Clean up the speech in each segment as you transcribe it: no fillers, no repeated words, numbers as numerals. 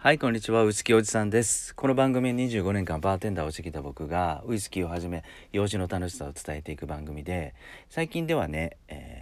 はい、こんにちは。ウイスキーおじさんです。この番組25年間バーテンダーをしてきた僕がウイスキーをはじめ洋酒の楽しさを伝えていく番組で、最近ではね、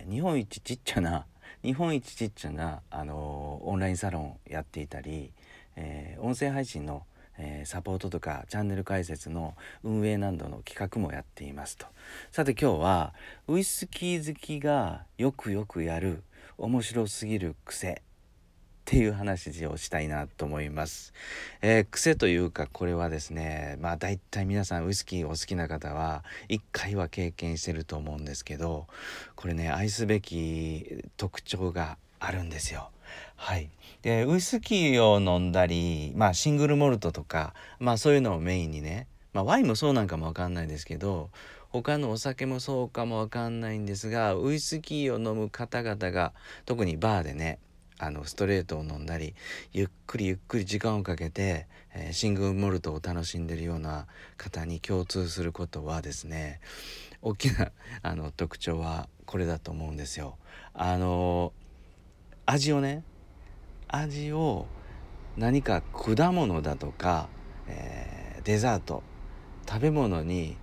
日本一ちっちゃな、オンラインサロンやっていたり、音声配信のサポートとかチャンネル解説の運営などの企画もやっていますと。さて今日はウイスキー好きがよくやる面白すぎる癖っていう話をしたいなと思います。癖というかこれはですね、だいたい皆さんウイスキーお好きな方は一回は経験してると思うんですけど、これね愛すべき特徴があるんですよ。はい。でウイスキーを飲んだり、シングルモルトとか、そういうのをメインにね、ワインもそうなんかもわかんないですけど、他のお酒もそうかもわかんないんですが、ウイスキーを飲む方々が特にバーでね、ストレートを飲んだりゆっくり時間をかけて、シングルモルトを楽しんでるような方に共通することはですね、大きな特徴はこれだと思うんですよ。あの味をね味を何か果物だとか、デザート食べ物に、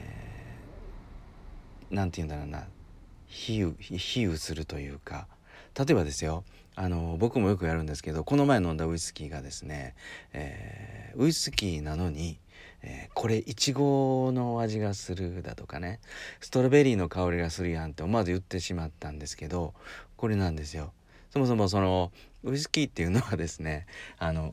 なんて言うんだろうな、比喩するというか、例えばですよ、僕もよくやるんですけど、この前飲んだウイスキーがですね、ウイスキーなのに、これイチゴの味がするだとかね、ストロベリーの香りがするやんって思わず言ってしまったんですけど、これなんですよ。そもそもそのウイスキーっていうのはですね、あの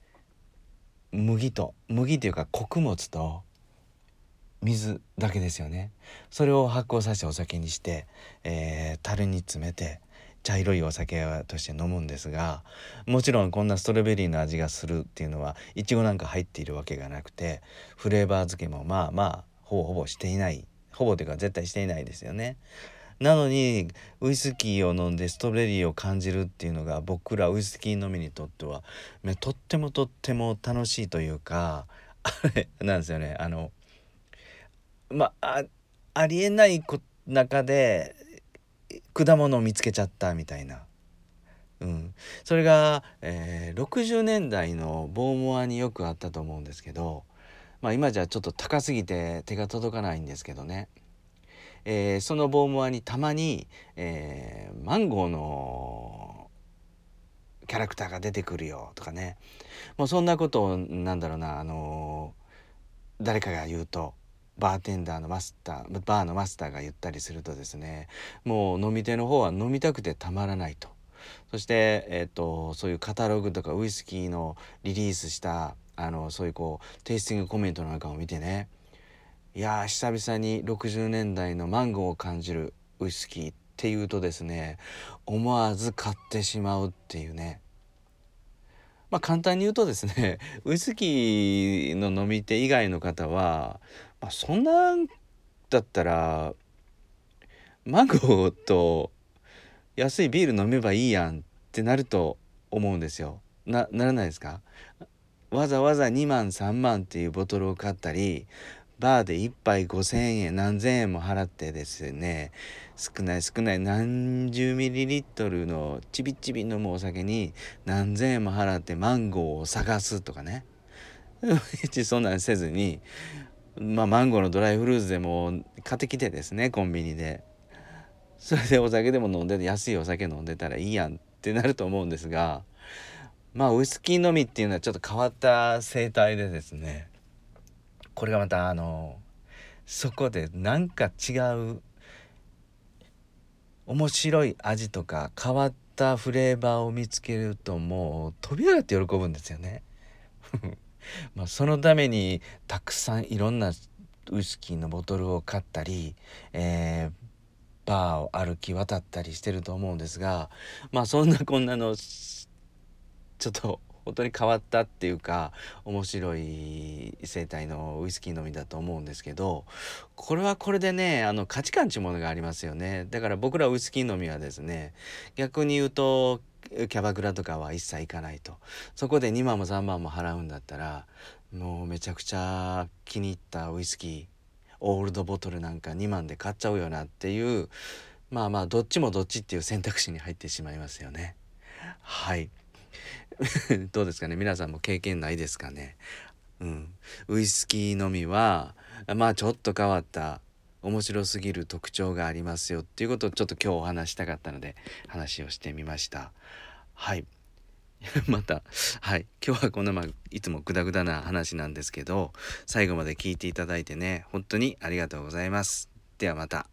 麦というか穀物と水だけですよね。それを発酵させてお酒にして、樽に詰めて茶色いお酒として飲むんですが、もちろんこんなストロベリーの味がするっていうのはイチゴなんか入っているわけがなくて、フレーバー付けもほぼしていない、ほぼというか絶対していないですよね。なのにウイスキーを飲んでストロベリーを感じるっていうのが、僕らウイスキー飲みにとってはとっても楽しいというか、あれなんですよね。まあ、ありえない中で果物を見つけちゃったみたいな、それが、60年代のボーモアによくあったと思うんですけど、今じゃちょっと高すぎて手が届かないんですけどね、そのボーモアにたまに、マンゴーのキャラクターが出てくるよとかね、もうそんなことを誰かが言うと、バーのマスターが言ったりするとですね、もう飲み手の方は飲みたくてたまらないと。そして、そういうカタログとかウイスキーのリリースしたそういうテイスティングコメントなんかを見てね、いやー久々に60年代のマンゴーを感じるウイスキーっていうとですね、思わず買ってしまうっていうね。簡単に言うとですね、ウイスキーの飲み手以外の方は、そんなんだったらマンゴーと安いビール飲めばいいやんってなると思うんですよ。ならないですか？わざわざ2万3万っていうボトルを買ったり、バーで1杯5,000円何千円も払ってですね、少ない何十ミリリットルのちびちび飲むお酒に何千円も払ってマンゴーを探すとかねそんなんせずに、マンゴーのドライフルーツでも買ってきてですね、コンビニでそれでお酒でも飲んでて、安いお酒飲んでたらいいやんってなると思うんですが、ウイスキー飲みっていうのはちょっと変わった生態でですね、これがまたそこでなんか違う面白い味とか変わったフレーバーを見つけると、もう飛び上がって喜ぶんですよねそのためにたくさんいろんなウイスキーのボトルを買ったり、バーを歩き渡ったりしてると思うんですが、そんなこんなのちょっと本当に変わったっていうか面白い生態のウイスキー飲みだと思うんですけど、これはこれでね、価値観っていうものがありますよね。だから僕らウイスキー飲みはですね、逆に言うとキャバクラとかは一切行かないと。そこで2万も3万も払うんだったら、もうめちゃくちゃ気に入ったウイスキーオールドボトルなんか2万で買っちゃうよなっていう、どっちもどっちっていう選択肢に入ってしまいますよね。はい。 どうですかね、皆さんも経験ないですかね。うん、ウイスキー飲みはまあちょっと変わった面白すぎる特徴がありますよっていうことをちょっと今日お話したかったので話をしてみました。はい。また、はい、今日はこんな、いつもグダグダな話なんですけど最後まで聞いていただいてね本当にありがとうございます。ではまた。